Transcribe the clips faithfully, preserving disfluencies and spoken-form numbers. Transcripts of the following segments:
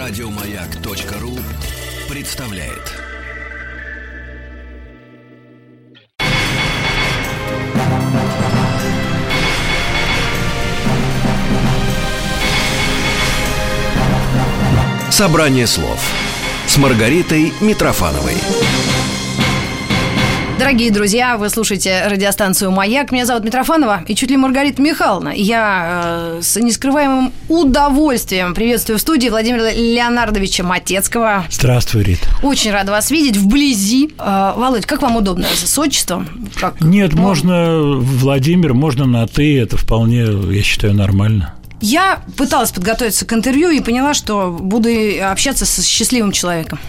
Радиомаяк.ру представляет. Собрание слов с Маргаритой Митрофановой. Дорогие друзья, вы слушаете радиостанцию «Маяк». Меня зовут Митрофанова и чуть ли Маргарита Михайловна. Я э, с нескрываемым удовольствием приветствую в студии Владимира Леонардовича Матецкого. Здравствуй, Рит. Очень рада вас видеть вблизи. Э, Володь, как вам удобно? С отчеством? Как? Нет, ну, можно Владимир, можно на «ты». Это вполне, я считаю, нормально. Я пыталась подготовиться к интервью и поняла, что буду общаться со счастливым человеком.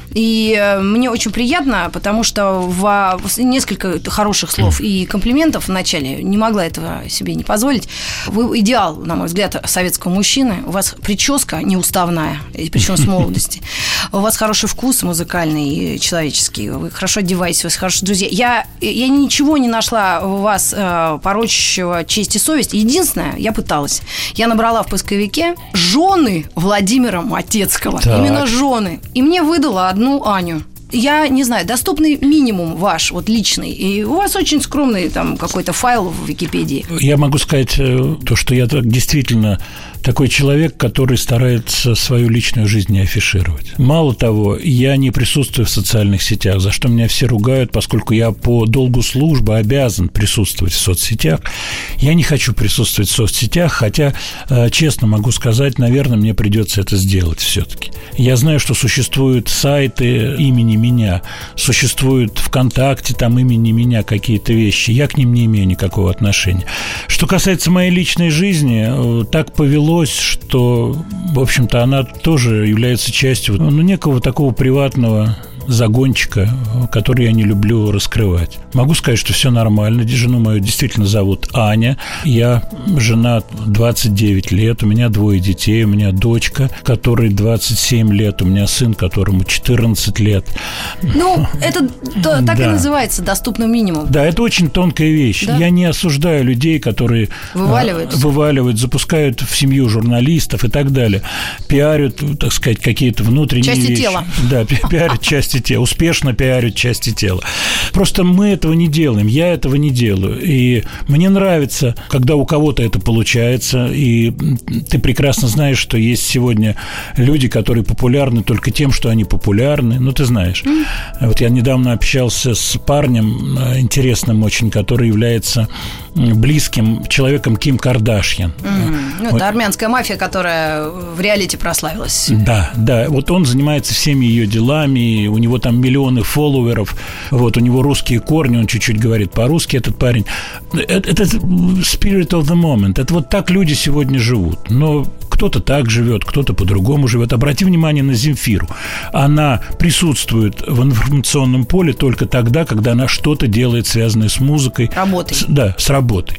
И мне очень приятно, потому что в несколько хороших слов и комплиментов в начале не могла этого себе не позволить. Вы идеал, на мой взгляд, советского мужчины. У вас прическа неуставная, причем с молодости. У вас хороший вкус музыкальный и человеческий. Вы хорошо одеваетесь, у вас хорошие друзья. Я, я ничего не нашла у вас порочащего честь и совесть. Единственное, я пыталась. Я набрала в поисковике жены Владимира Матецкого. Так. Именно жены. И мне выдала одну Аню. Я не знаю, доступный минимум ваш, вот личный. И у вас очень скромный там какой-то файл в Википедии. Я могу сказать то, что я действительно такой человек, который старается свою личную жизнь не афишировать. Мало того, я не присутствую в социальных сетях, за что меня все ругают, поскольку я по долгу службы обязан присутствовать в соцсетях. Я не хочу присутствовать в соцсетях, хотя, честно могу сказать, наверное, мне придется это сделать все-таки. Я знаю, что существуют сайты имени меня, существуют ВКонтакте, там имени меня какие-то вещи. Я к ним не имею никакого отношения. Что касается моей личной жизни, так повелось, что, в общем-то, она тоже является частью ну, некого такого приватного загончика, который я не люблю раскрывать. Могу сказать, что все нормально. Жену мою действительно зовут Аня. Я женат двадцать девять лет. У меня двое детей. У меня дочка, которой двадцать семь лет. У меня сын, которому четырнадцать лет. Ну, это да, так да. и называется доступный минимум. Да, это очень тонкая вещь. Да. Я не осуждаю людей, которые вываливают, вываливают, запускают в семью журналистов и так далее. Пиарят, так сказать, какие-то внутренние части вещи. Тела. Да, пиарят части тела, успешно пиарят части тела. Просто мы этого не делаем, я этого не делаю. И мне нравится, когда у кого-то это получается, и ты прекрасно знаешь, что есть сегодня люди, которые популярны только тем, что они популярны. Ну, ты знаешь. Mm. Вот я недавно общался с парнем интересным очень, который является близким человеком Ким Кардашьян. Mm. Ну, это вот. Армянская мафия, которая в реалити прославилась. Да, да. Вот он занимается всеми ее делами, у него там миллионы фолловеров, вот, у него русские корни, он чуть-чуть говорит по-русски, этот парень. Это, это spirit of the moment. Это вот так люди сегодня живут. Но кто-то так живет, кто-то по-другому живет. Обрати внимание на Земфиру. Она присутствует в информационном поле только тогда, когда она что-то делает, связанное с музыкой. Работой. С, да, с работой.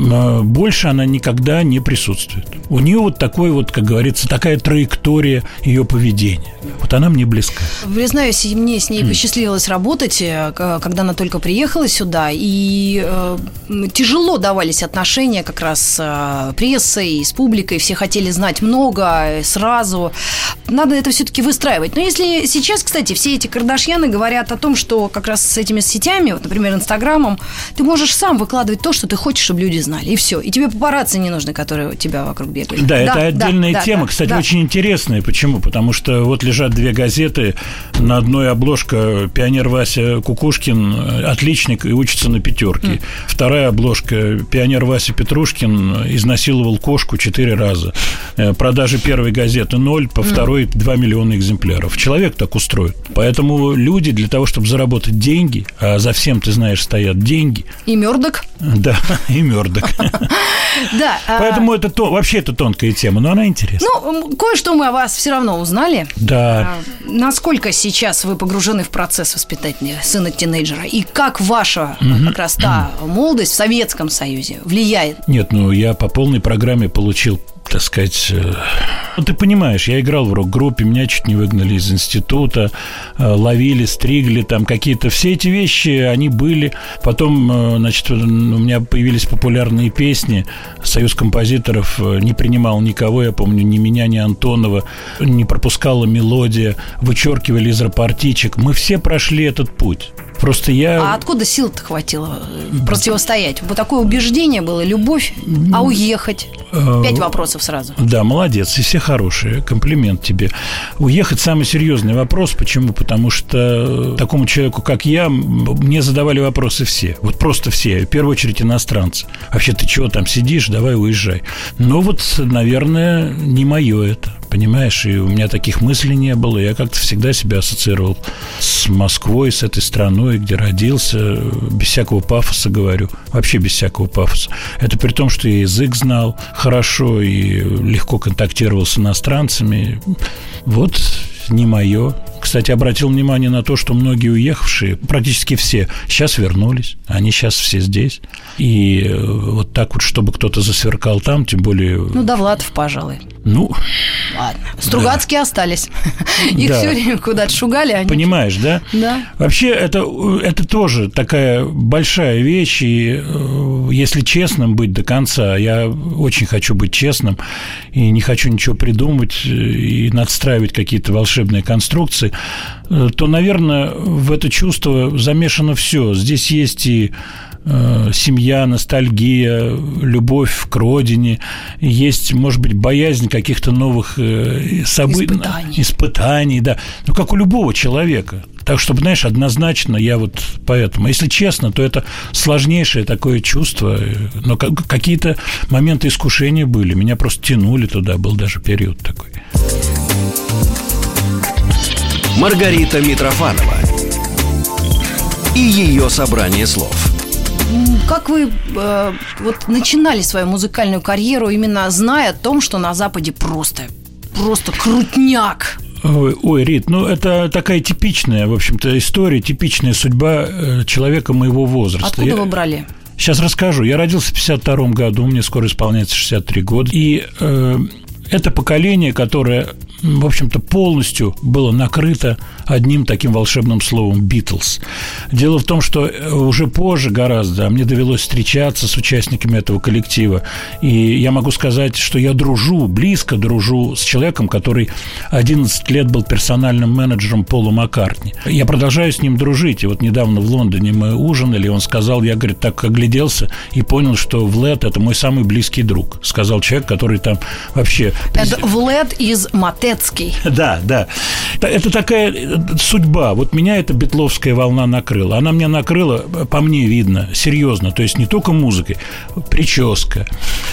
Больше она никогда не присутствует. У нее вот такой вот, как говорится, такая траектория ее поведения. Вот она мне близка. Признаюсь, мне с ней посчастливилось работать, когда она только приехала сюда, и э, тяжело давались отношения как раз с прессой, с публикой, все хотели знать много сразу. Надо это все-таки выстраивать. Но если сейчас, кстати, все эти Кардашьяны говорят о том, что как раз с этими сетями, вот, например, Инстаграмом, ты можешь сам выкладывать то, что ты хочешь, чтобы люди знали, и все. И тебе папарацци не нужны, которые у тебя вокруг бегают. Да, да, это отдельная да, тема, да, кстати, да. очень интересная. Почему? Потому что вот лежат две газеты, на одной обложка пионер Вася Кукушкин, отличник и учится на пятерке. Mm. Вторая обложка пионер Вася Петрушкин изнасиловал кошку четыре раза. Продажи первой газеты ноль, по второй два миллиона экземпляров. Человек так устроен. Поэтому люди для того, чтобы заработать деньги, а за всем, ты знаешь, стоят деньги. И Мёрдок. Да, и Мёрдок. Да. Поэтому это вообще это тонкая тема, но она интересна. Ну, кое-что мы о вас все равно узнали. Да. Насколько сейчас вы погружены в процесс воспитания сына-тинейджера? И как ваша как раз та молодость в Советском Союзе влияет? Нет, ну я по полной программе получил так сказать... Ну, ты понимаешь, я играл в рок-группе, меня чуть не выгнали из института, ловили, стригли, там какие-то... Все эти вещи, они были. Потом, значит, у меня появились популярные песни. Союз композиторов не принимал никого, я помню, ни меня, ни Антонова. Не пропускала мелодия, вычеркивали из рапортичек. Мы все прошли этот путь. Просто я... А откуда сил-то хватило противостоять? Вот такое убеждение было, любовь, а уехать? Пять вопросов сразу. Да, молодец, и все хорошие, комплимент тебе. Уехать самый серьезный вопрос. Почему? Потому что такому человеку, как я, мне задавали вопросы все. Вот просто все, в первую очередь иностранцы. Вообще, ты чего там сидишь, давай уезжай. Но вот, наверное, не мое это. Понимаешь, и у меня таких мыслей не было. Я как-то всегда себя ассоциировал с Москвой, с этой страной, где родился. Без всякого пафоса говорю. Вообще без всякого пафоса. Это при том, что я язык знал хорошо и легко контактировал с иностранцами. Вот не мое. Кстати, обратил внимание на то, что многие уехавшие, практически все, сейчас вернулись. Они сейчас все здесь. И вот так вот, чтобы кто-то засверкал там, тем более... Ну, Довлатов, пожалуй. Ну... Ладно. Стругацкие да. остались. Их да. все время куда-то шугали. Они... Понимаешь, да? Да. Вообще, это, это тоже такая большая вещь. И если честным быть до конца, я очень хочу быть честным и не хочу ничего придумывать и надстраивать какие-то волшебные конструкции, то, наверное, в это чувство замешано все. Здесь есть и семья, ностальгия, любовь к родине, есть, может быть, боязнь каких-то новых событий, испытаний. испытаний, да, ну, как у любого человека. Так что, знаешь, однозначно я вот поэтому, если честно, то это сложнейшее такое чувство, но какие-то моменты искушения были, меня просто тянули туда, был даже период такой. Маргарита Митрофанова и ее собрание слов. Как вы э, вот начинали свою музыкальную карьеру, именно зная о том, что на Западе просто, просто крутняк? Ой, ой, Рит, ну это такая типичная, в общем-то, история, типичная судьба человека моего возраста. Откуда я... вы брали? Сейчас расскажу. Я родился в пятьдесят втором году, мне скоро исполняется шестьдесят три года. И э, это поколение, которое, в общем-то, полностью было накрыто одним таким волшебным словом «Битлз». Дело в том, что уже позже гораздо мне довелось встречаться с участниками этого коллектива, и я могу сказать, что я дружу, близко дружу с человеком, который одиннадцать лет был персональным менеджером Пола Маккартни. Я продолжаю с ним дружить, и вот недавно в Лондоне мы ужинали, он сказал, я, говорит, так огляделся и понял, что Влад – это мой самый близкий друг, сказал человек, который там вообще... Это Влад из Матецкий. Да, да. Это такая судьба. Вот меня эта битловская волна накрыла. Она меня накрыла, по мне видно, серьезно. То есть не только музыкой, прическа,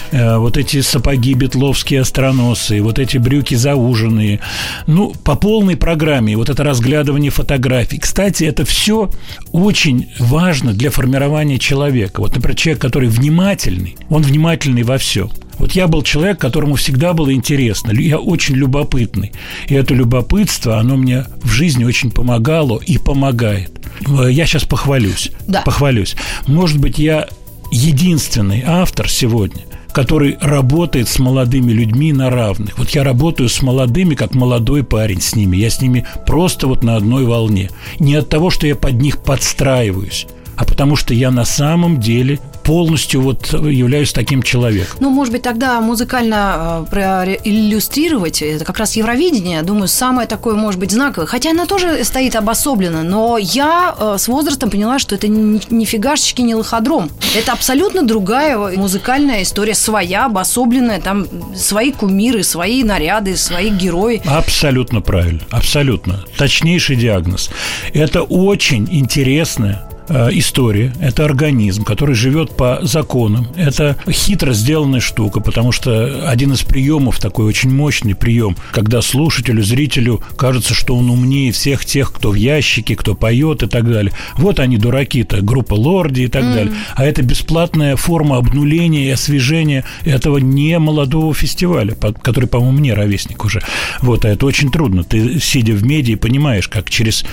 вот эти сапоги битловские остроносые, вот эти брюки зауженные. Ну, по полной программе. Вот это разглядывание фотографий. Кстати, это все очень важно для формирования человека. Вот, например, человек, который внимательный, он внимательный во всем. Вот я был человек, которому всегда было интересно. Я очень любопытный. И это любопытство, оно мне в жизни очень помогало и помогает. Я сейчас похвалюсь. Да. Похвалюсь. Может быть, я единственный автор сегодня, который работает с молодыми людьми на равных. Вот я работаю с молодыми, как молодой парень с ними. Я с ними просто вот на одной волне. Не от того, что я под них подстраиваюсь, а потому что я на самом деле полностью вот являюсь таким человеком. Ну, может быть, тогда музыкально э, проиллюстрировать, это как раз Евровидение, думаю, самое такое, может быть, знаковое. Хотя она тоже стоит обособленно, но я э, с возрастом поняла, что это ни, ни фигашечки, не лоходром. Это абсолютно другая музыкальная история, своя, обособленная, там свои кумиры, свои наряды, свои герои. Абсолютно правильно, абсолютно. Точнейший диагноз. Это очень интересная история, это организм, который живет по законам. Это хитро сделанная штука, потому что один из приемов, такой очень мощный прием, когда слушателю, зрителю кажется, что он умнее всех тех, кто в ящике, кто поет и так далее. Вот они, дураки-то, группа Лорди и так mm. далее. А это бесплатная форма обнуления и освежения этого не молодого фестиваля, который, по-моему, мне ровесник уже. Вот, а это очень трудно. Ты, сидя в медиа, понимаешь, как через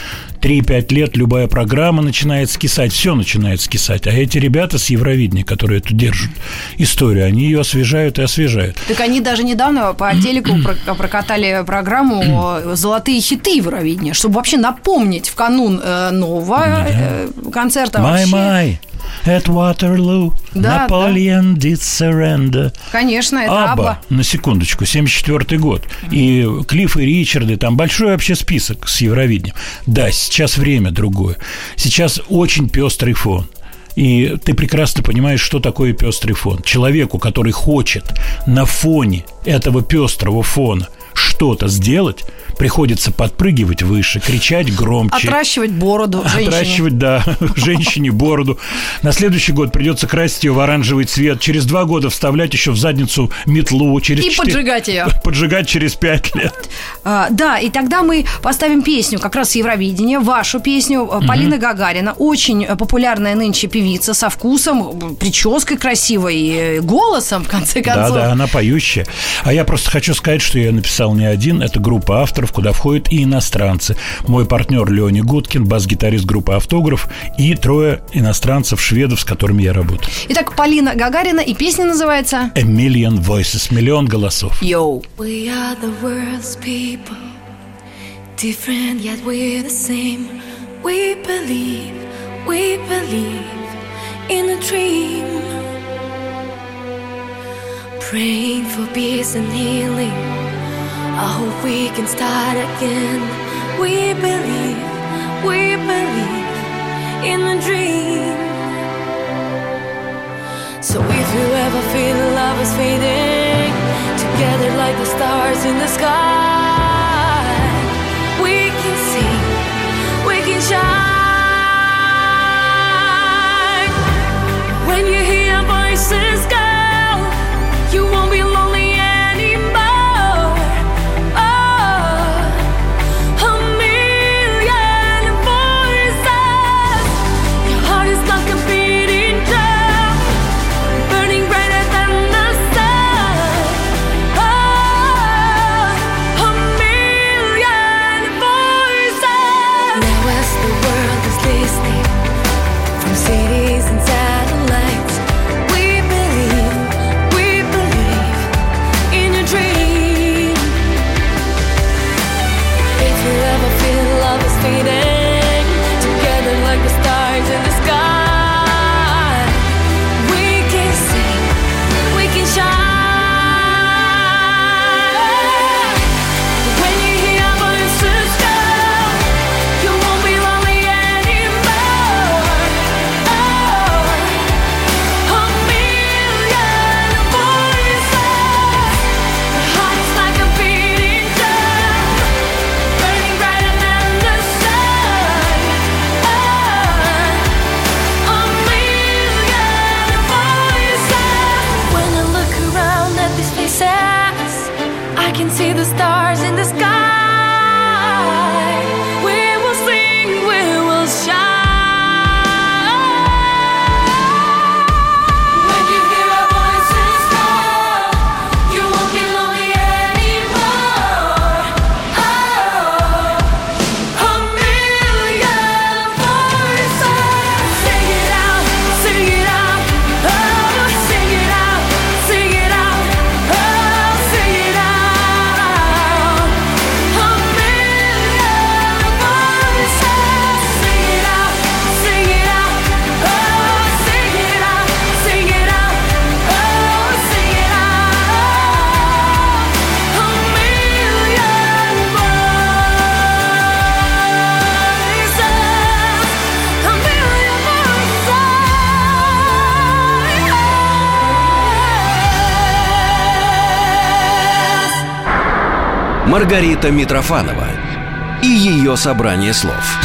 три-пять лет любая программа начинает скисать, все начинает скисать. А эти ребята с Евровидения, которые эту держат историю, они ее освежают и освежают. Так они даже недавно по телеку прокатали программу «Золотые хиты Евровидения», чтобы вообще напомнить в канун нового да. концерта. Май-май. At Waterloo, да, Napoleon да. did surrender. Конечно, это Абба. На секундочку, семьдесят четвёртый год. И Клифф и Ричарды, там большой вообще список с Евровидением. Да, сейчас время другое. Сейчас очень пестрый фон. И ты прекрасно понимаешь, что такое пестрый фон. Человеку, который хочет на фоне этого пестрого фона что-то сделать, приходится подпрыгивать выше, кричать громче. Отращивать бороду женщине. Отращивать, да, женщине бороду. На следующий год придется красить ее в оранжевый цвет. Через два года вставлять еще в задницу метлу. Через и четыре... поджигать ее. Поджигать через пять лет. А, да, и тогда мы поставим песню как раз с Евровидения, вашу песню. Mm-hmm. Полина Гагарина, очень популярная нынче певица, со вкусом, прической красивой, голосом, в конце концов. Да, да, она поющая. А я просто хочу сказать, что я написал не один. Это группа авторов, куда входят и иностранцы. Мой партнер Леони Гудкин, бас-гитарист группы «Автограф», и трое иностранцев, шведов, с которыми я работаю. Итак, Полина Гагарина, и песня называется «A Million Voices», «Миллион голосов». Йоу. We are the world's people, different yet we're the same. We believe, we believe in a dream, praying for peace and healing. I hope we can start again. We believe, we believe in a dream. So if you ever feel love is fading, together like the stars in the sky, we can sing, we can shine. When you hear voices go, you won't be lonely. Маргарита Митрофанова и ее собрание слов.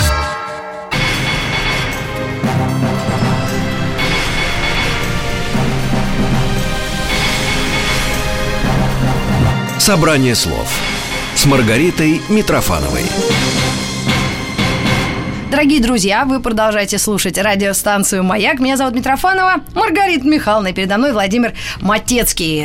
Собрание слов с Маргаритой Митрофановой. Дорогие друзья, вы продолжаете слушать радиостанцию «Маяк». Меня зовут Митрофанова Маргарита Михайловна. Передо мной Владимир Матецкий.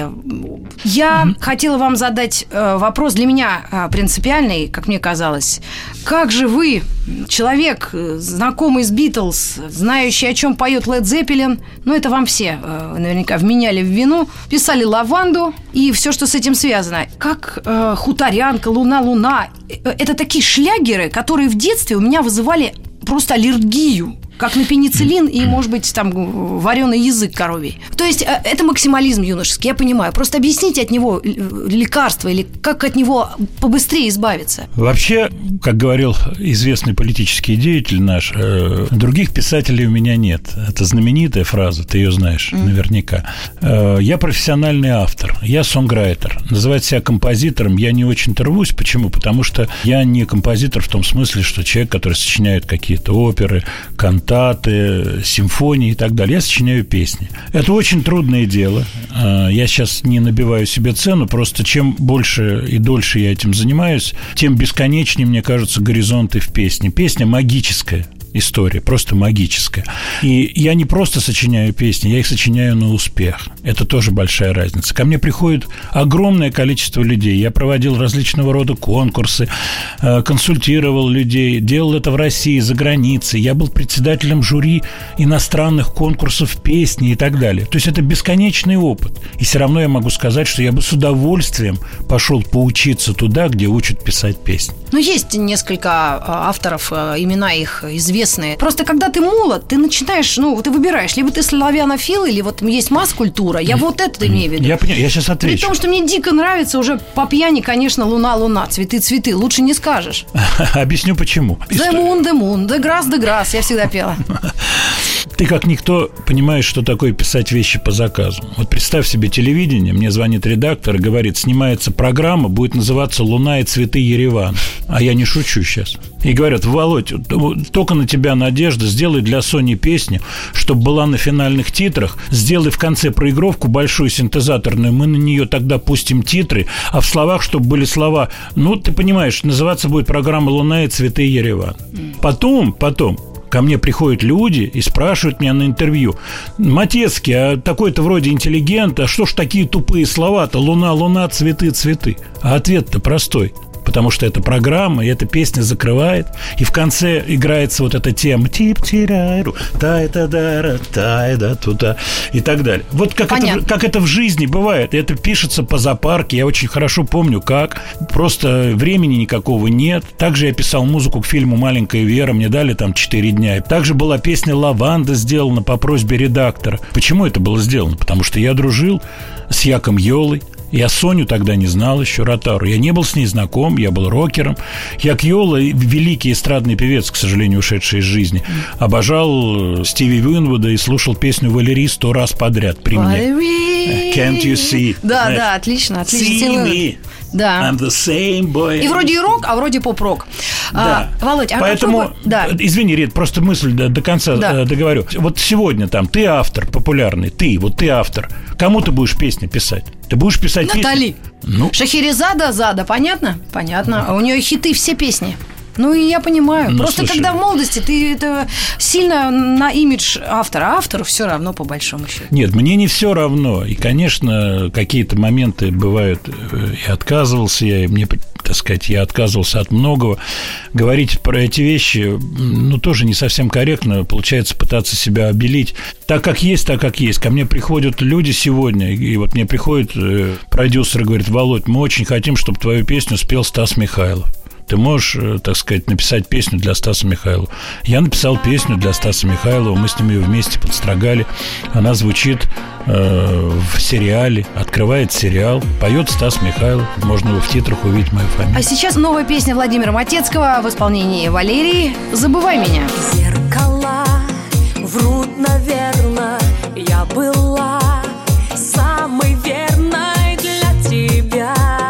Я mm-hmm. хотела вам задать э, вопрос для меня э, принципиальный, как мне казалось. Как же вы, человек, э, знакомый с Битлз, знающий, о чем поет Лед Зеппелин, ну, это вам все э, наверняка вменяли в вину, писали «Лаванду» и все, что с этим связано. Как э, «Хуторянка», «Луна, луна». Это такие шлягеры, которые в детстве у меня вызывали просто аллергию, как на пенициллин и, может быть, там вареный язык коровий. То есть это максимализм юношеский, я понимаю. Просто объясните от него лекарство или как от него побыстрее избавиться. Вообще, как говорил известный политический деятель наш, других писателей у меня нет. Это знаменитая фраза, ты ее знаешь mm. наверняка. Я профессиональный автор, я сонграйтер. Называть себя композитором я не очень-то рвусь. Почему? Потому что я не композитор в том смысле, что человек, который сочиняет какие-то оперы, кантаты, симфонии и так далее. Я сочиняю песни. Это очень трудное дело. Я сейчас не набиваю себе цену, просто чем больше и дольше я этим занимаюсь, тем бесконечнее, мне кажутся, горизонты в песне. Песня магическая история, просто магическая. И я не просто сочиняю песни, я их сочиняю на успех. Это тоже большая разница. Ко мне приходит огромное количество людей. Я проводил различного рода конкурсы, консультировал людей, делал это в России, за границей. Я был председателем жюри иностранных конкурсов песни и так далее. То есть это бесконечный опыт. И все равно я могу сказать, что я бы с удовольствием пошел поучиться туда, где учат писать песни. Ну, есть несколько авторов, имена их известны. Просто когда ты молод, ты начинаешь, ну, ты выбираешь, либо ты славянофил, или вот есть масс-культура. Я вот это имею в виду. Я понимаю, я сейчас отвечу. При том, что мне дико нравится уже по пьяни, конечно, «Луна, луна», «Цветы, цветы». Лучше не скажешь. Объясню, почему. «The moon, the moon», «The grass, the grass». Я всегда пела. Ты, как никто, понимаешь, что такое писать вещи по заказу. Вот представь себе телевидение, мне звонит редактор и говорит, снимается программа, будет называться «Луна и цветы Еревана». А я не шучу сейчас. И говорят, Володь, только на тебя надежда, сделай для Sony песню, чтобы была на финальных титрах, сделай в конце проигровку большую синтезаторную, мы на нее тогда пустим титры, а в словах, чтобы были слова, ну, ты понимаешь, называться будет программа «Луна и цветы Еревана». Потом, потом ко мне приходят люди и спрашивают меня на интервью: Матецкий, а такой-то вроде интеллигент, а что ж такие тупые слова-то? Луна, луна, цветы, цветы. А ответ-то простой. Потому что это программа, и эта песня закрывает, и в конце играется вот эта тема тип-тирайру, тай-та-дара, тай-да-туда и так далее. Вот как это, как это в жизни бывает. Это пишется по запарке, я очень хорошо помню, как. Просто времени никакого нет. Также я писал музыку к фильму «Маленькая Вера», мне дали там четыре дня. Также была песня «Лаванда» сделана по просьбе редактора. Почему это было сделано? Потому что я дружил с Яком Йолой. Я Соню тогда не знал еще, Ротару. Я не был с ней знаком, я был рокером. Як Йола, великий эстрадный певец, к сожалению, ушедший из жизни, обожал Стиви Уинвуда и слушал песню «Валерий» сто раз подряд при мне. Can't you see? Да, Знаешь, да, отлично, отлично. See me. Да. I'm the same boy. И вроде и рок, а вроде поп-рок. Да. А, Володь, а поэтому, какой... да. извини, Рит, просто мысль до, до конца да. договорю. Вот сегодня там ты автор популярный, ты, вот ты автор. Кому ты будешь песни писать? Ты будешь писать Натали. песни? Ну. Шахерезада, Зада, понятно? Понятно. А у нее хиты все песни. Ну, и я понимаю. Ну, Просто слушай, когда в молодости ты это сильно на имидж автора, а автору все равно, по большому счету. Нет, мне не все равно. И, конечно, какие-то моменты бывают, и отказывался я, и мне, так сказать, я отказывался от многого. Говорить про эти вещи, ну, тоже не совсем корректно. Получается пытаться себя обелить. Так, как есть, так, как есть. Ко мне приходят люди сегодня, и вот мне приходит продюсер и говорит: Володь, мы очень хотим, чтобы твою песню спел Стас Михайлов. Ты можешь, так сказать, написать песню для Стаса Михайлова. Я написал песню для Стаса Михайлова, мы с ним ее вместе подстрогали. Она звучит э, в сериале, открывает сериал, поет Стас Михайлов. Можно его в титрах увидеть, мою фамилию. А сейчас новая песня Владимира Матецкого в исполнении Валерии «Забывай меня». Зеркала врут, наверно, я была самой верной для тебя.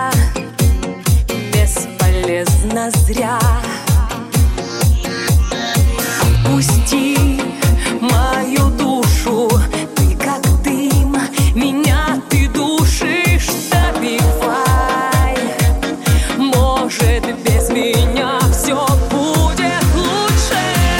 Бесполезно зря. Пусти мою душу, ты как дым, меня ты душишь, добивай. Может, без меня все будет лучше.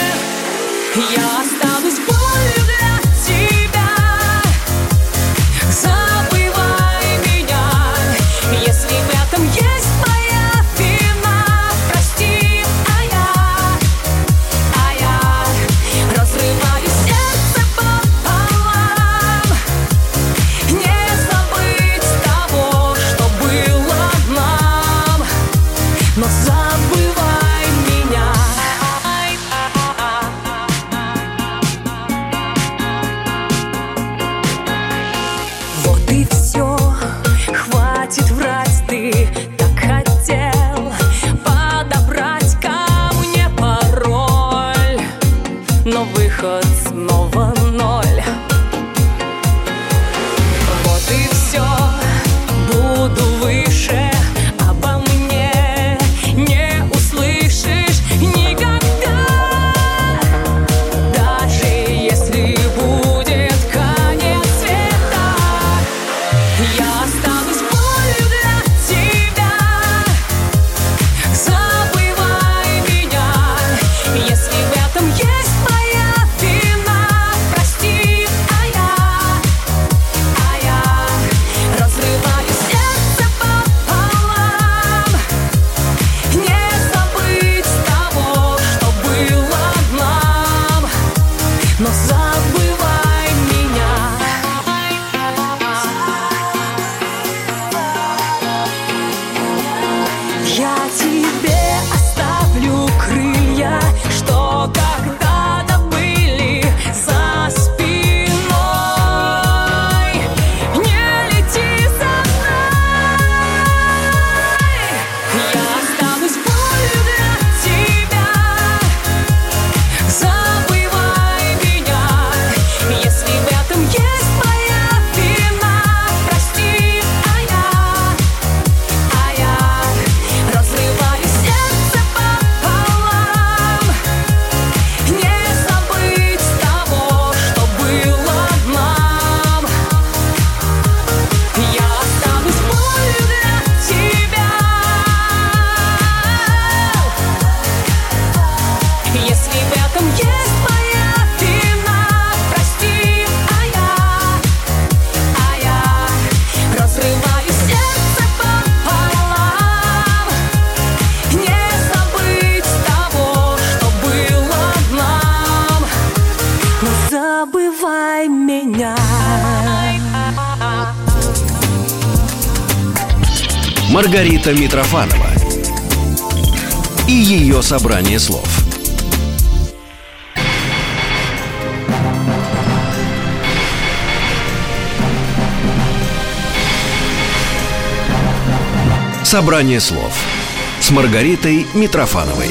Маргарита Митрофанова и ее собрание слов. Собрание слов с Маргаритой Митрофановой.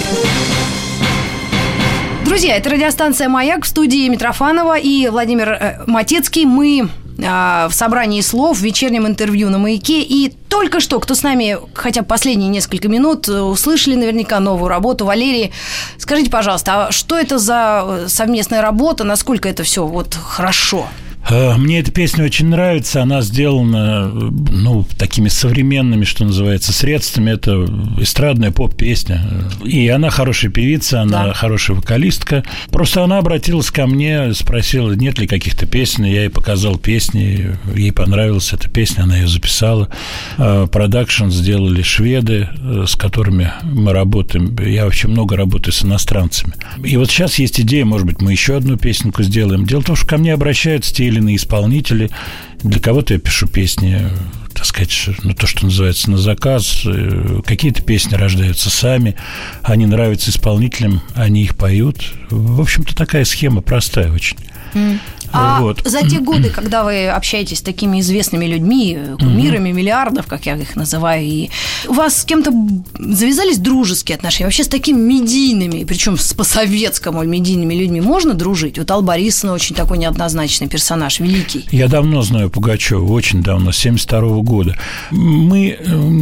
Друзья, это радиостанция «Маяк», в студии Митрофанова и Владимир э, Матецкий. Мы э, в собрании слов, в вечернем интервью на «Маяке». И только что, кто с нами хотя бы последние несколько минут, услышали наверняка новую работу Валерии. Скажите, пожалуйста, а что это за совместная работа? Насколько это все вот хорошо? Мне эта песня очень нравится. Она сделана, ну, такими современными, что называется, средствами. Это эстрадная поп-песня. И она хорошая певица, она да. хорошая вокалистка. Просто она обратилась ко мне, спросила, нет ли каких-то песен. Я ей показал песни. Ей понравилась эта песня, она ее записала. Продакшн сделали шведы, с которыми мы работаем. Я вообще много работаю с иностранцами. И вот сейчас есть идея, может быть, мы еще одну песенку сделаем. Дело в том, что ко мне обращаются те или иные исполнители. Для кого-то я пишу песни, так сказать, ну, то, что называется, на заказ. Какие-то песни рождаются сами, они нравятся исполнителям, они их поют. В общем-то, такая схема простая очень. Mm. А вот. За те годы, когда вы общаетесь с такими известными людьми, кумирами, mm-hmm. миллиардов, как я их называю, и у вас с кем-то завязались дружеские отношения, вообще с такими медийными, причем с по-советскому медийными людьми можно дружить? Вот Алла Борисовна очень такой неоднозначный персонаж, великий. Я давно знаю Пугачёва, очень давно, с семьдесят второго года. Мы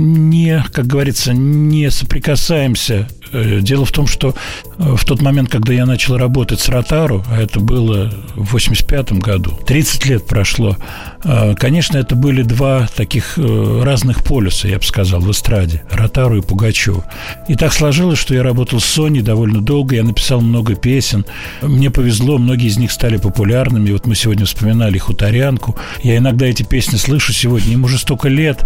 не, как говорится, не соприкасаемся. Дело в том, что в тот момент, когда я начал работать с Ротару, а это было в восемьдесят пятом году, тридцать лет прошло, конечно, это были два таких разных полюса, я бы сказал, в эстраде, Ротару и Пугачёв. И так сложилось, что я работал с Соней довольно долго, я написал много песен, мне повезло, многие из них стали популярными. Вот мы сегодня вспоминали «Хуторянку». Я иногда эти песни слышу сегодня, им уже столько лет,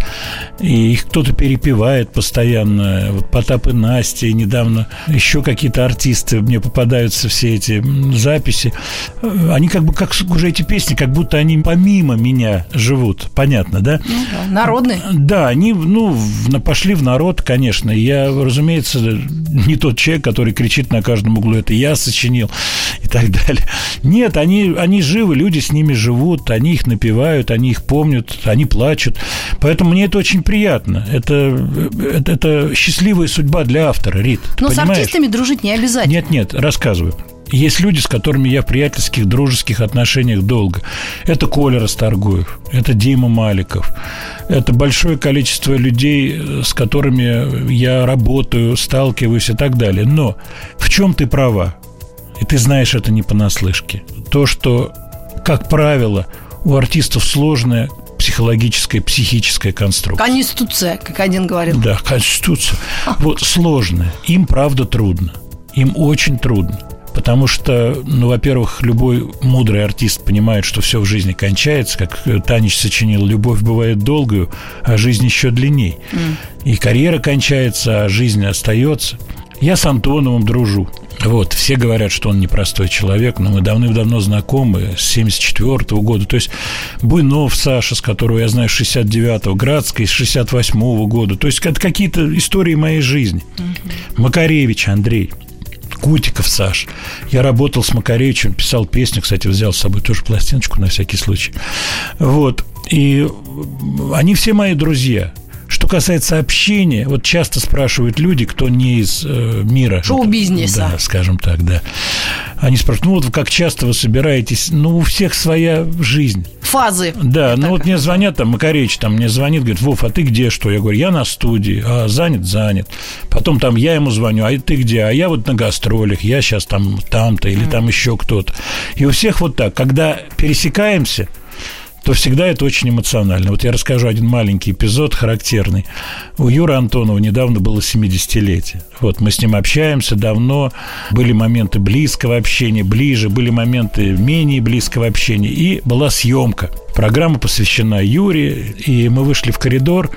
и их кто-то перепевает постоянно. Вот Потап и Настя, и недавно еще какие-то артисты, мне попадаются все эти записи. Они как бы, как уже эти песни, как будто они помимо меня живут. Понятно, да? Ну, да. Народные. Да, они, ну, пошли в народ, конечно. Я, разумеется, не тот человек, который кричит на каждом углу, это я сочинил и так далее. Нет, они, они живы, люди с ними живут, они их напевают, они их помнят, они плачут. Поэтому мне это очень приятно. Это, это, это счастливая судьба для автора, Рит. Но понимаешь? С артистами дружить не обязательно. Нет, нет, рассказываю. Есть люди, с которыми я в приятельских, дружеских отношениях долго. Это Коля Расторгуев, это Дима Маликов. Это большое количество людей, с которыми я работаю, сталкиваюсь и так далее. Но в чем ты права? И ты знаешь это не понаслышке. То, что, как правило, у артистов сложная психологическая, психическая конструкция. Конституция, как один говорил. Да, конституция. Вот сложная. Им, правда, трудно. Им очень трудно. Потому что, ну, во-первых, любой мудрый артист понимает, что все в жизни кончается. Как Танич сочинил: «Любовь бывает долгою, а жизнь еще длинней». Mm. И карьера кончается, а жизнь остается. Я с Антоновым дружу. Вот, все говорят, что он непростой человек, но мы давным-давно знакомы, с семьдесят четвёртого года. То есть Буйнов Саша, с которого я знаю, с шестьдесят девятого, Градский с шестьдесят восьмого года. То есть это какие-то истории моей жизни. Mm-hmm. Макаревич Андрей, Кутиков Саш. Я работал с Макаревичем, писал песню, кстати, взял с собой тоже пластиночку на всякий случай. Вот, и они все мои друзья. Что касается общения, вот часто спрашивают люди, кто не из э, мира шоу-бизнеса, да, скажем так, да. Они спрашивают: ну вот как часто вы собираетесь? Ну, у всех своя жизнь. Фазы. Да, ну вот мне звонят, там, Макаревич там мне звонит, говорит: Вов, а ты где, что? Я говорю: я на студии. А, занят, занят. Потом там я ему звоню: а ты где? А я вот на гастролях, я сейчас там, там-то, или mm. там еще кто-то. И у всех вот так, когда пересекаемся, то всегда это очень эмоционально. Вот я расскажу один маленький эпизод, характерный. У Юры Антонова недавно было семидесятилетие. Вот мы с ним общаемся давно. Были моменты близкого общения, ближе, были моменты менее близкого общения. И была съемка. Программа посвящена Юре, и мы вышли в коридор.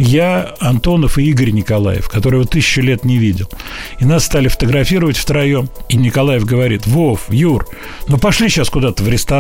Я, Антонов и Игорь Николаев, которого тысячу лет не видел. И нас стали фотографировать втроем. И Николаев говорит: Вов, Юр, ну пошли сейчас куда-то в ресторан.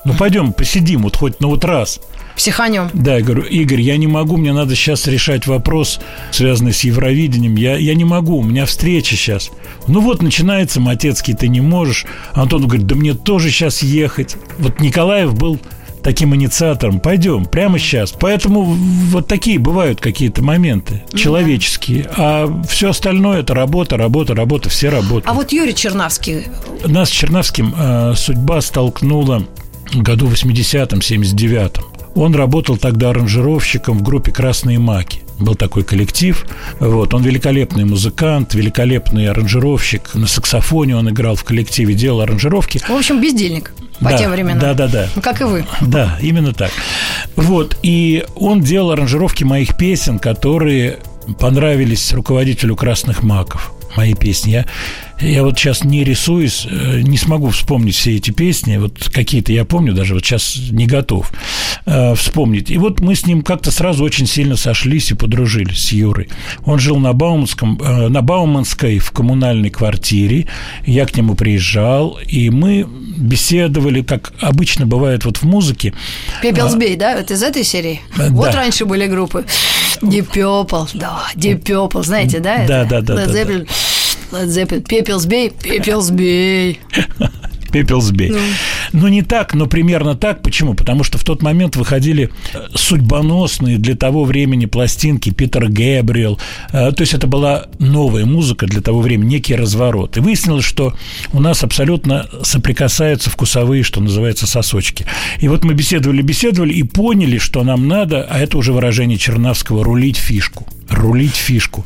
Ну, пойдем, посидим вот хоть на вот раз. Психанем. Да, я говорю: Игорь, я не могу, мне надо сейчас решать вопрос, связанный с Евровидением. Я, я не могу, у меня встреча сейчас. Ну вот, начинается Матецкий, ты не можешь. Антон говорит: да мне тоже сейчас ехать. Вот Николаев был таким инициатором. Пойдем, прямо сейчас. Поэтому вот такие бывают какие-то моменты человеческие. А все остальное – это работа, работа, работа, все работают. А вот Юрий Чернавский. Нас с Чернавским э, судьба столкнула в году восьмидесятом, семьдесят девятом. Он работал тогда аранжировщиком в группе «Красные маки». Был такой коллектив. Вот. Он великолепный музыкант, великолепный аранжировщик. На саксофоне он играл в коллективе, делал аранжировки. В общем, бездельник по да, тем временам. Да, да, да. Как и вы. Да, именно так. Вот. И он делал аранжировки моих песен, которые понравились руководителю «Красных маков». Мои песни. Я, я вот сейчас не рисуюсь, не смогу вспомнить все эти песни. Вот какие-то я помню, даже вот сейчас не готов э, вспомнить. И вот мы с ним как-то сразу очень сильно сошлись и подружились с Юрой. Он жил на Бауманском, э, на Бауманской в коммунальной квартире. Я к нему приезжал, и мы беседовали, как обычно бывает вот в музыке. Пепелсбей, а, да? Это из этой серии? Да. Вот раньше были группы. Deep Purple, да, Deep Purple, знаете, да? Да, да, да. Led Zeppelin, Led Zeppelin, Пепелсбей, Пепелсбей. Пепелсбей. Ну. ну, не так, но примерно так. Почему? Потому что в тот момент выходили судьбоносные для того времени пластинки Питер Гэбриэл. То есть это была новая музыка для того времени, некий разворот. И выяснилось, что у нас абсолютно соприкасаются вкусовые, что называется, сосочки. И вот мы беседовали, беседовали и поняли, что нам надо, а это уже выражение Чернавского, рулить фишку. Рулить фишку.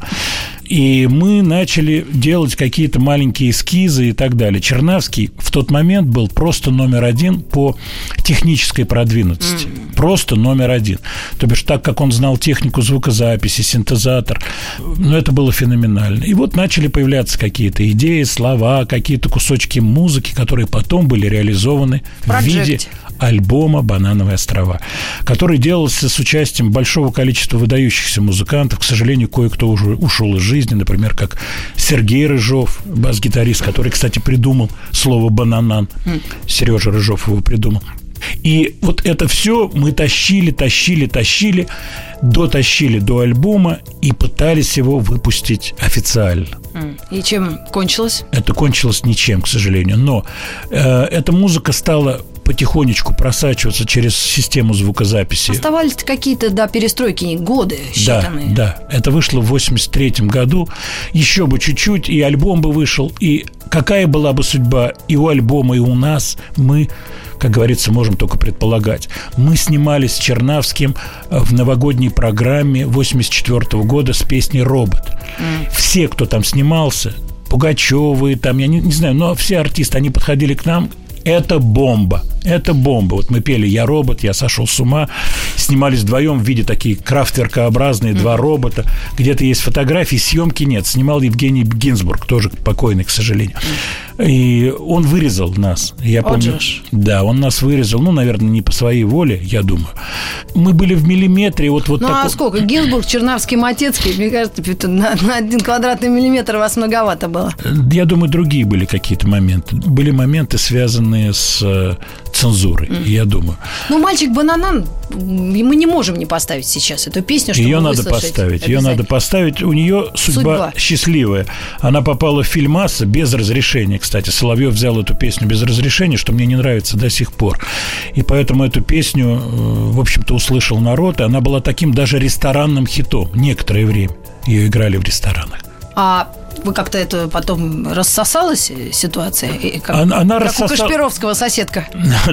И мы начали делать какие-то маленькие эскизы и так далее. Чернавский в тот момент был просто номер один по технической продвинутости. Mm. Просто номер один. То бишь, так как он знал технику звукозаписи, синтезатор, ну, это было феноменально. И вот начали появляться какие-то идеи, слова, какие-то кусочки музыки, которые потом были реализованы Project. В виде альбома «Банановые острова», который делался с участием большого количества выдающихся музыкантов. К сожалению, кое-кто уже ушел из жизни, например, как Сергей Рыжов, бас-гитарист, который, кстати, придумал слово «бананан». Mm. Сережа Рыжов его придумал. И вот это все мы тащили, тащили, тащили, дотащили до альбома и пытались его выпустить официально. И чем кончилось? Это кончилось ничем, к сожалению. Но э, эта музыка стала потихонечку просачиваться через систему звукозаписи. Оставались какие-то, да, перестройки, годы считанные. Да, да. Это вышло в восемьдесят третьем году. Еще бы чуть-чуть, и альбом бы вышел. И какая была бы судьба и у альбома, и у нас, мы, как говорится, можем только предполагать. Мы снимались с Чернавским в новогодней программе восемьдесят четвёртого года с песней «Робот». Mm. Все, кто там снимался, Пугачёвы, там, я не, не знаю, но все артисты, они подходили к нам. Это бомба, это бомба. Вот мы пели «Я робот», «Я сошел с ума», снимались вдвоем в виде такие крафтверкообразные mm-hmm. два робота. Где-то есть фотографии, съемки нет. Снимал Евгений Гинзбург, тоже покойный, к сожалению. И он вырезал нас. Я помню, Отжишь. Да, он нас вырезал, ну, наверное, не по своей воле, я думаю. Мы были в миллиметре. Вот, вот ну, такой... а сколько? Гинзбург, Чернавский, Матецкий, мне кажется, на, на один квадратный миллиметр вас многовато было. Я думаю, другие были какие-то моменты. Были моменты, связанные с э, цензурой, mm. я думаю. Ну, «Мальчик-бананан» мы не можем не поставить сейчас эту песню, чтобы ее надо поставить. Ее надо поставить. У нее судьба, судьба счастливая. Она попала в фильмас без разрешения. Кстати, Соловьев взял эту песню без разрешения, что мне не нравится до сих пор. И поэтому эту песню, в общем-то, услышал народ, и она была таким даже ресторанным хитом. Некоторое время ее играли в ресторанах. А вы как-то это потом рассосалась ситуация? Как, она, она как рассосал... у Кашпировского соседка.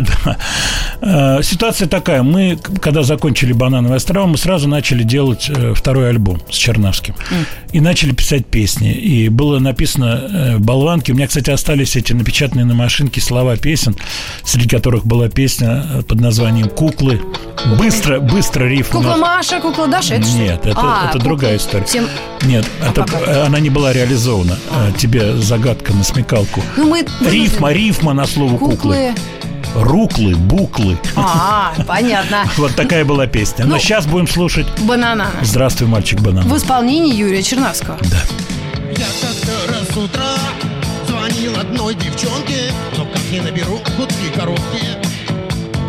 Да. Ситуация такая. Мы, когда закончили «Банановые острова», мы сразу начали делать второй альбом с Чернавским. Mm. И начали писать песни. И было написано «Болванки». У меня, кстати, остались эти напечатанные на машинке слова песен, среди которых была песня под названием «Куклы». Быстро, быстро рифм. Кукла Маша, кукла Даша? Это Нет, что? это, а, это другая история. Всем... Нет, а это, пока. Она не была реализована. А. Тебе загадка на смекалку. Ну, мы... Рифма, рифма на слово «куклы». Куклы. Руклы, буклы. А, понятно. Вот такая была песня. Но сейчас будем слушать «Бананана». «Здравствуй, мальчик-банан». В исполнении Юрия Чернавского. Да. Я как-то раз с утра звонил одной девчонке, но как не наберу гудки короткие.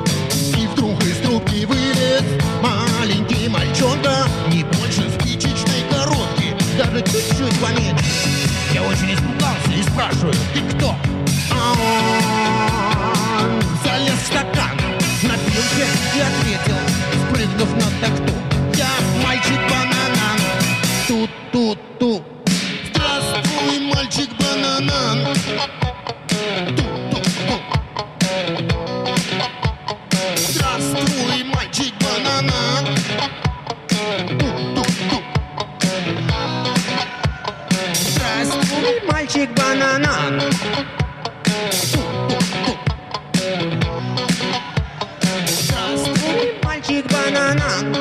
из трубки вылез маленький мальчонка, не больше спичечной коробки, даже чуть-чуть поменьше. Я очень испугался и спрашиваю: ты кто? А он залез в стакан, напился и ответил, спрыгнув на тахту: я мальчик-бананан. Тут-тут-тут. Здравствуй, мальчик-бананан. Тут-тут-тут. Здравствуй, мальчик-бананан. Тут-тут-тут. Здравствуй, мальчик-бананан. Здравствуй, мальчик-бананан.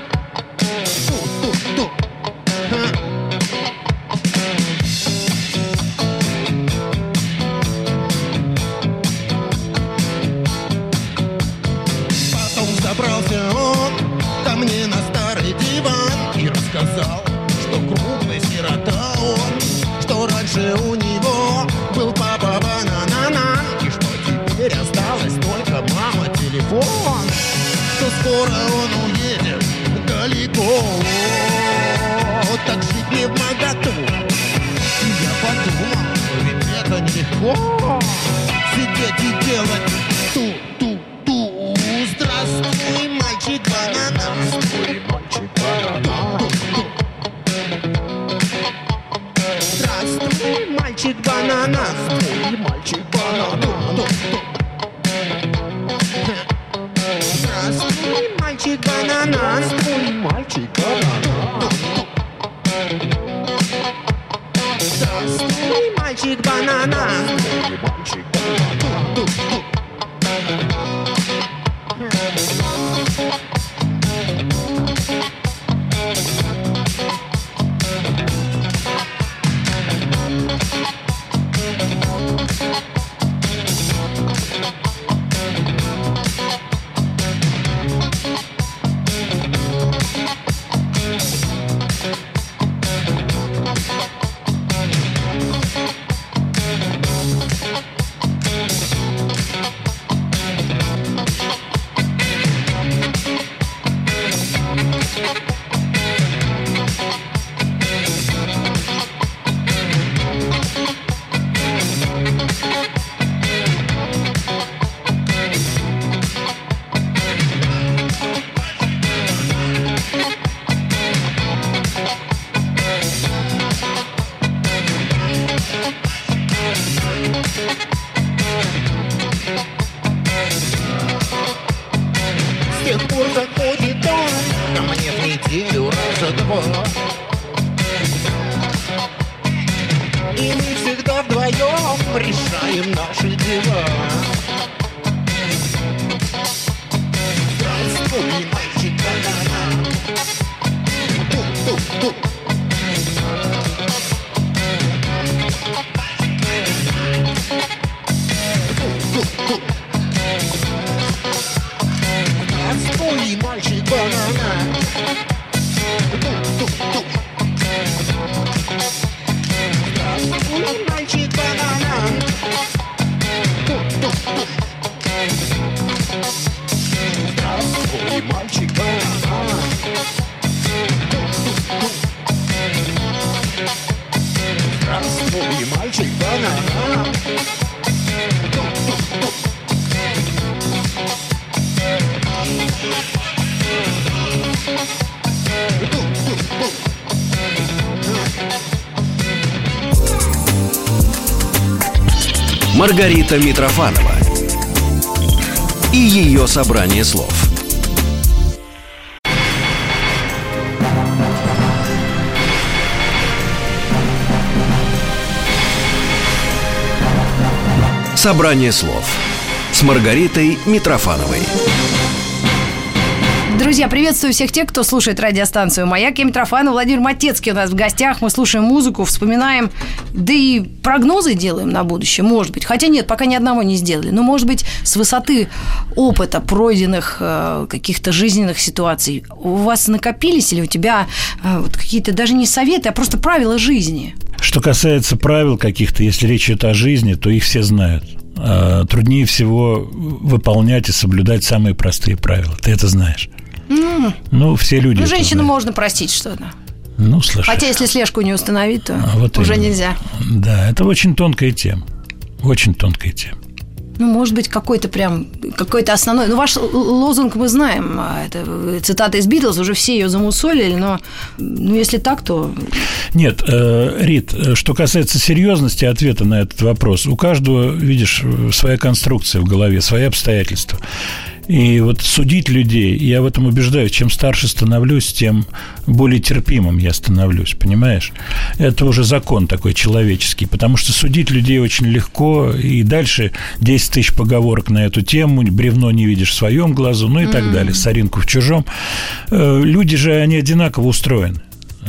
Потом забрался он ко мне на старый диван и рассказал, что крупный сирота он, что раньше у него был папа бананан, и что теперь осталось только мама телефон, что скоро он уедет далеко, так жить не вмоготу. И я подумал, ведь это нелегко сидеть и делать ту-ту-ту. Здравствуй, мальчик-бананан. Здравствуй, мальчик-бананан. Здравствуй, мальчик-бананан. Здравствуй, мальчик-бананан. Здравствуй, мальчик-бананан. Здравствуй, мальчик-бананан. Здравствуй, мальчик-бананан. С тех пор заходит он ко мне в неделю раза два, и мы всегда вдвоем решаем наши дела. Здравствуй, мальчик-бананан. Тук-тук-тук. Тук-тук-тук. Здравствуй, мальчик-бананан. Тук-тук-тук. Здравствуй, мальчик-бананан. Тук-тук-тук. Здравствуй, мальчик-бананан. Тук-тук-тук. Здравствуй, мальчик-бананан. Тук-тук-тук. Маргарита Митрофанова и ее собрание слов. Собрание слов с Маргаритой Митрофановой. Друзья, приветствую всех тех, кто слушает радиостанцию «Маяк». Я Митрофанова, Владимир Матецкий у нас в гостях. Мы слушаем музыку, вспоминаем, да и прогнозы делаем на будущее, может быть. Хотя нет, пока ни одного не сделали. Но, может быть, с высоты опыта пройденных э, каких-то жизненных ситуаций у вас накопились или у тебя э, вот какие-то даже не советы, а просто правила жизни? Что касается правил каких-то, если речь идет о жизни, то их все знают. а труднее всего выполнять и соблюдать самые простые правила. Ты это знаешь. Mm. Ну, все люди. Ну, женщину можно простить что-то. Ну, слушай. Хотя, если слежку не установить, то а вот уже именно. нельзя. Да, это очень тонкая тема. Очень тонкая тема. Ну, может быть, какой-то прям, какой-то основной. Ну, ваш лозунг мы знаем. Это цитата из «Битлз», уже все ее замусолили, но ну, если так, то... Нет, э, Рит, что касается серьезности ответа на этот вопрос, у каждого, видишь, своя конструкция в голове, свои обстоятельства. И вот судить людей, я в этом убеждаюсь, чем старше становлюсь, тем более терпимым я становлюсь, понимаешь? Это уже закон такой человеческий, потому что судить людей очень легко, и дальше десять тысяч поговорок на эту тему, бревно не видишь в своем глазу, ну и mm-hmm. так далее, соринку в чужом. Люди же, они одинаково устроены.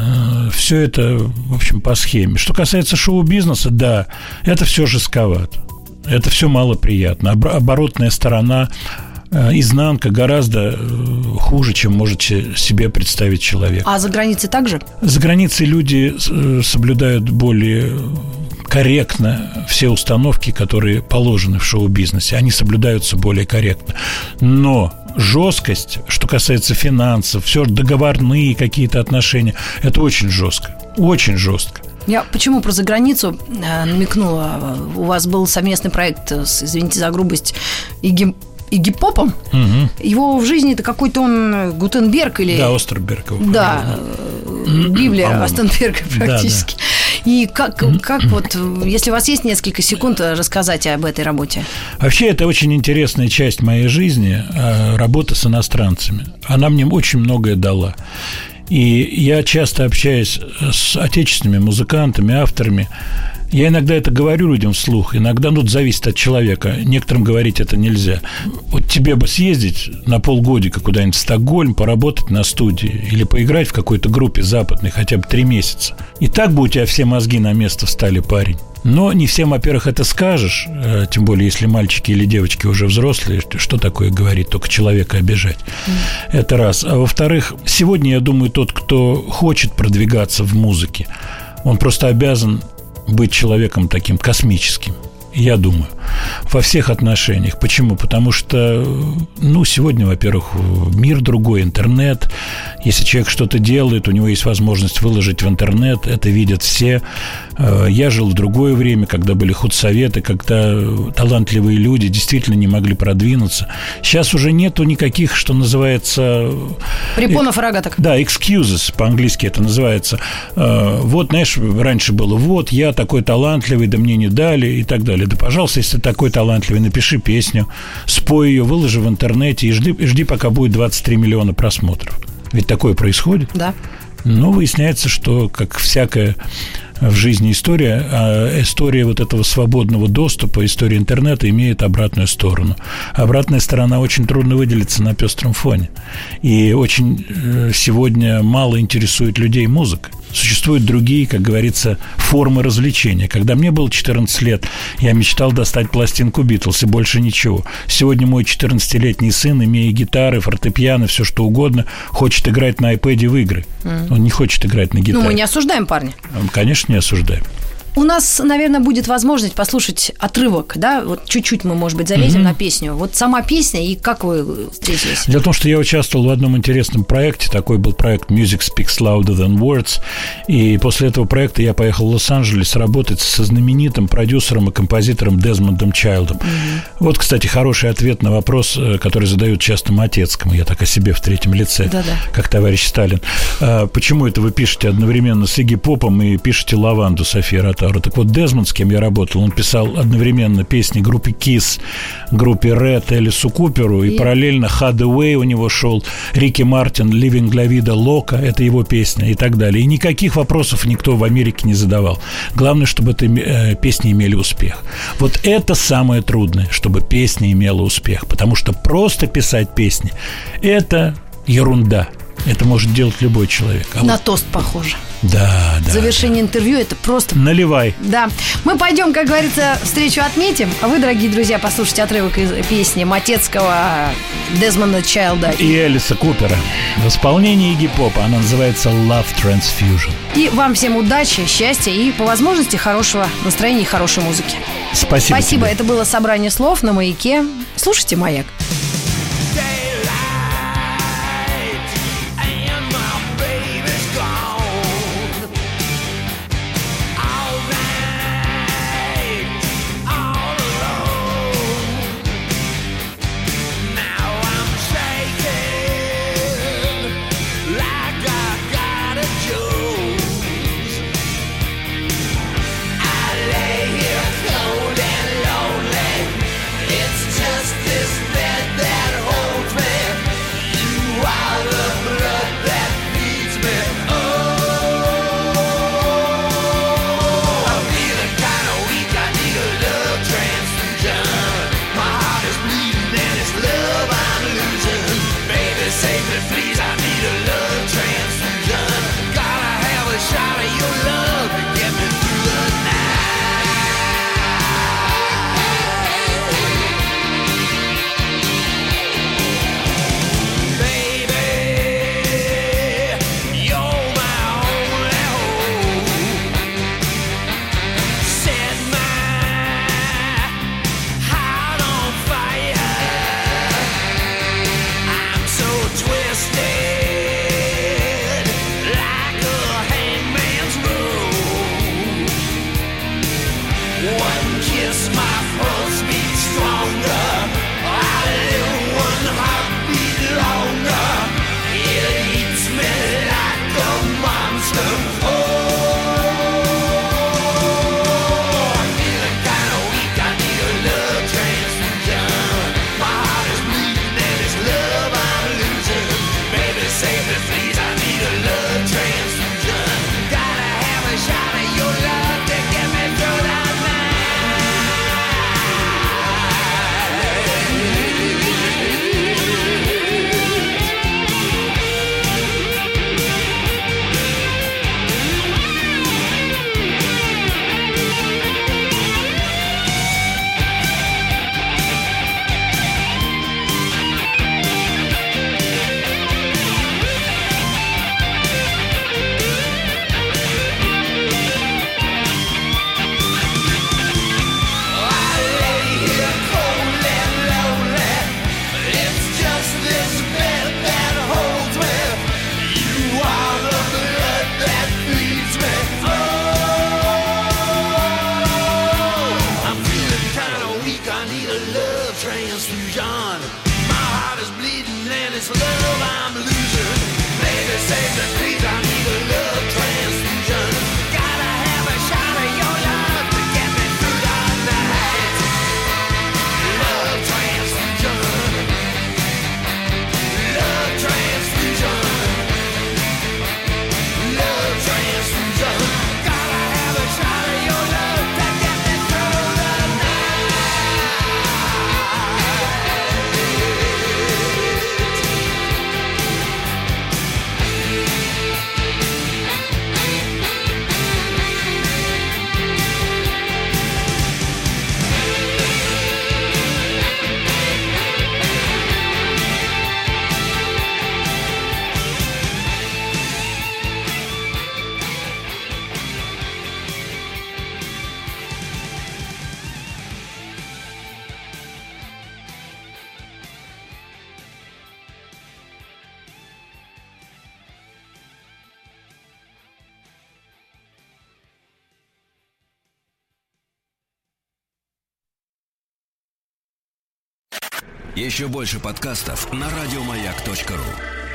Все это, в общем, по схеме. Что касается шоу-бизнеса, да, это все жестковато, это все малоприятно. Оборотная сторона, изнанка гораздо хуже, чем может себе представить человек. А за границей также? За границей люди соблюдают более корректно все установки, которые положены в шоу-бизнесе. Они соблюдаются более корректно. Но жесткость, что касается финансов, все договорные какие-то отношения, это очень жестко. Очень жестко. Я почему про заграницу э, намекнула? У вас был совместный проект с, извините за грубость, Игги Игги Попом. Угу. Его в жизни это какой-то он Гутенберг или... Да, Остерберг. Да, Библия Остенберга практически. Да, да. И как, как вот, если у вас есть несколько секунд, рассказать об этой работе? Вообще, это очень интересная часть моей жизни, работа с иностранцами. Она мне очень многое дала. И я часто общаюсь с отечественными музыкантами, авторами. Я иногда это говорю людям вслух, иногда, ну, зависит от человека. Некоторым говорить это нельзя. Вот тебе бы съездить на полгодика куда-нибудь в Стокгольм, поработать на студии или поиграть в какой-то группе западной хотя бы три месяца. И так бы у тебя все мозги на место встали, парень. Но не всем, во-первых, это скажешь, тем более, если мальчики или девочки уже взрослые, что такое говорить, только человека обижать. Mm. Это раз. А во-вторых, сегодня, я думаю, тот, кто хочет продвигаться в музыке, он просто обязан быть человеком таким космическим, я думаю, во всех отношениях. Почему? Потому что, ну, сегодня, во-первых, мир другой, интернет. Если человек что-то делает, у него есть возможность выложить в интернет, это видят все. Я жил в другое время, когда были худсоветы, когда талантливые люди действительно не могли продвинуться. Сейчас уже нету никаких, что называется... Препонов и рогаток. Да, excuses, по-английски это называется. Вот, знаешь, раньше было, вот, я такой талантливый, да мне не дали и так далее. Да, пожалуйста, если ты такой талантливый, напиши песню, спой ее, выложи в интернете и жди, и жди, пока будет двадцать три миллиона просмотров. Ведь такое происходит. Да. Но выясняется, что, как всякая в жизни история, а история вот этого свободного доступа, история интернета имеет обратную сторону. Обратная сторона очень трудно выделиться на пестром фоне. И очень сегодня мало интересует людей музыка. Существуют другие, как говорится, формы развлечения. Когда мне было четырнадцать лет, я мечтал достать пластинку «Битлз» и больше ничего. Сегодня мой четырнадцатилетний сын, имея гитары, фортепиано, все что угодно, хочет играть на iPad в игры. Mm. Он не хочет играть на гитаре. Ну, мы не осуждаем парня. Конечно, не осуждаем. У нас, наверное, будет возможность послушать отрывок, да? Вот чуть-чуть мы, может быть, залезем mm-hmm. на песню. Вот сама песня и как вы встретились? Дело в том, что я участвовал в одном интересном проекте. Такой был проект «Music Speaks Louder Than Words». И после этого проекта я поехал в Лос-Анджелес работать со знаменитым продюсером и композитором Дезмондом Чайлдом. Mm-hmm. Вот, кстати, хороший ответ на вопрос, который задают часто Матецкому. Я так о себе в третьем лице, Да-да. как товарищ Сталин. А почему это вы пишете одновременно с Игги Попом и пишете «Лаванду» Софии Ротару? Так вот, Дезмонд, с кем я работал, он писал одновременно песни группе Kiss, группе Red, Элису Куперу, и, и параллельно Hard Away у него шел, Рики Мартин, Living La Vida Loca, это его песня и так далее. И никаких вопросов никто в Америке не задавал. Главное, чтобы эти э, песни имели успех. Вот это самое трудное, чтобы песня имела успех, потому что просто писать песни – это ерунда. Это может делать любой человек. А На вот... тост похоже. Да, да. Завершение да. интервью – это просто… Наливай. Да. Мы пойдем, как говорится, встречу отметим. А вы, дорогие друзья, послушайте отрывок из песни Матецкого, Дезмонда Чайлда и Элиса Купера в исполнении Игги Попа. Она называется «Love Transfusion». И вам всем удачи, счастья и, по возможности, хорошего настроения и хорошей музыки. Спасибо. Спасибо. Тебе. Это было собрание слов на Маяке. Слушайте «Маяк». Еще больше подкастов на радиомаяк точка ру.